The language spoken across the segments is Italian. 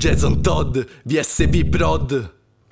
Jason Todd, VSV Prod.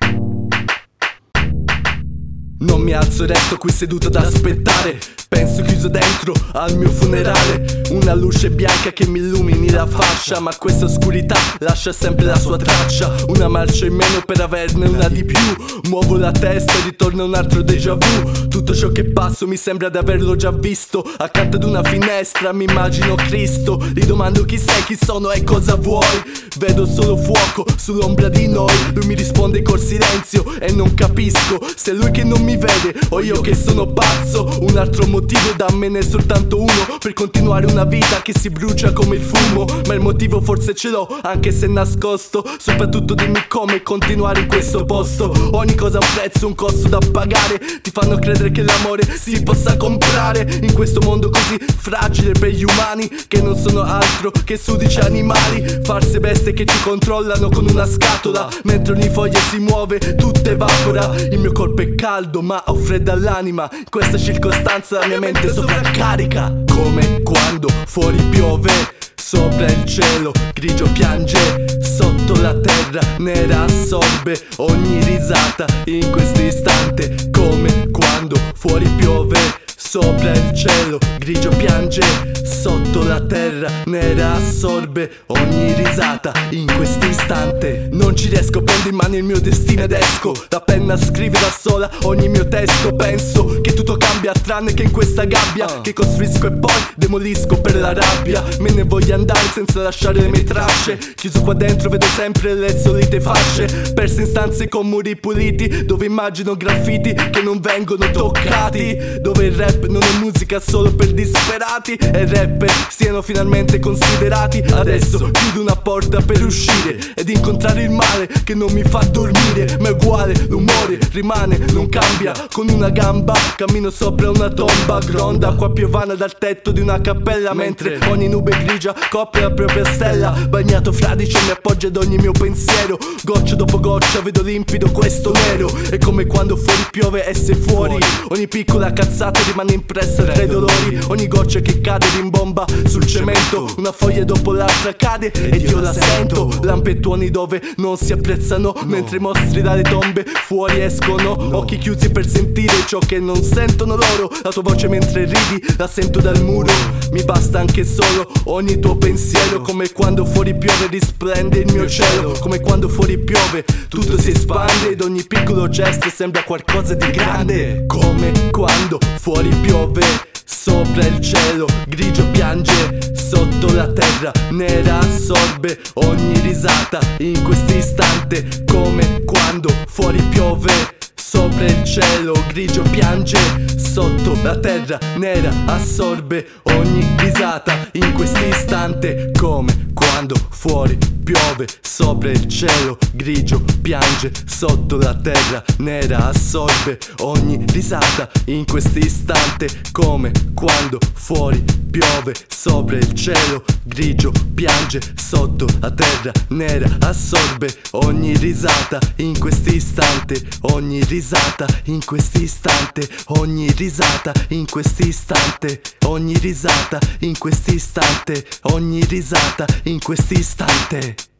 Non mi alzo e resto qui seduto ad aspettare. Penso chiuso dentro al mio funerale. Una luce bianca che mi illumini la faccia, ma questa oscurità lascia sempre la sua traccia. Una marcia in meno per averne una di più. Muovo la testa e ritorna un altro déjà vu. Tutto ciò che passo mi sembra di averlo già visto. Accanto ad una finestra mi immagino Cristo. Gli domando chi sei, chi sono e cosa vuoi. Vedo solo fuoco sull'ombra di noi. Lui mi risponde col silenzio e non capisco se è lui che non mi vede o io che sono pazzo. Un altro motivo da me ne è soltanto uno, per continuare una vita che si brucia come il fumo. Ma il motivo forse ce l'ho, anche se nascosto. Soprattutto dimmi come continuare in questo posto. Ogni cosa ha un prezzo, un costo da pagare. Ti fanno credere che l'amore si possa comprare in questo mondo così fragile per gli umani, che non sono altro che sudici animali. False bestie che ci controllano con una scatola. Mentre ogni foglia si muove, tutto evapora. Il mio corpo è caldo ma ho freddo all'anima. In questa circostanza la mia mente sovraccarica. Come quando fuori piove, sopra il cielo grigio piange, sotto la terra nera assorbe ogni risata in questo istante. Come quando fuori piove, sopra il cielo grigio piange, sotto la terra nera assorbe ogni risata in quest'istante. Non ci riesco, prendo in mano il mio destino ed esco. La penna scrive da sola ogni mio testo. Penso che tutto cambia tranne che in questa gabbia che costruisco e poi demolisco per la rabbia. Me ne voglio andare senza lasciare le mie tracce. Chiuso qua dentro vedo sempre le solite fasce, perse in stanze con muri puliti, dove immagino graffiti che non vengono toccati, dove il rap non è musica solo per disperati e i rapper siano finalmente considerati. Adesso chiudo una porta per uscire ed incontrare il male che non mi fa dormire. Ma è uguale, l'umore rimane, non cambia. Con una gamba cammino sopra una tomba, gronda acqua piovana dal tetto di una cappella, mentre ogni nube grigia copre la propria stella. Bagnato fradicio mi appoggio ad ogni mio pensiero, goccia dopo goccia vedo limpido questo nero. È come quando fuori piove e se fuori ogni piccola cazzata rimane impressa tra i dolori. Ogni goccia che cade rimbomba sul cemento, una foglia dopo l'altra cade ed io la sento. Lampettoni dove non si apprezzano, mentre i mostri dalle tombe fuori escono. Occhi chiusi per sentire ciò che non sentono loro. La tua voce mentre ridi la sento dal muro. Mi basta anche solo ogni tuo pensiero. Come quando fuori piove risplende il mio cielo. Come quando fuori piove tutto si espande ed ogni piccolo gesto sembra qualcosa di grande. Come quando fuori piove, sopra il cielo grigio piange, sotto la terra nera assorbe ogni risata in quest'istante. Come quando fuori piove, sopra il cielo grigio piange, sotto la terra nera assorbe ogni risata in quest'istante. Come quando fuori piove, sopra il cielo grigio piange, sotto la terra nera assorbe ogni risata in quest'istante. Come quando fuori piove, sopra il cielo grigio piange, sotto la terra nera assorbe ogni risata in quest'istante. Ogni risata in quest'istante, ogni risata in quest'istante, ogni risata in quest'istante, ogni risata in quest'istante.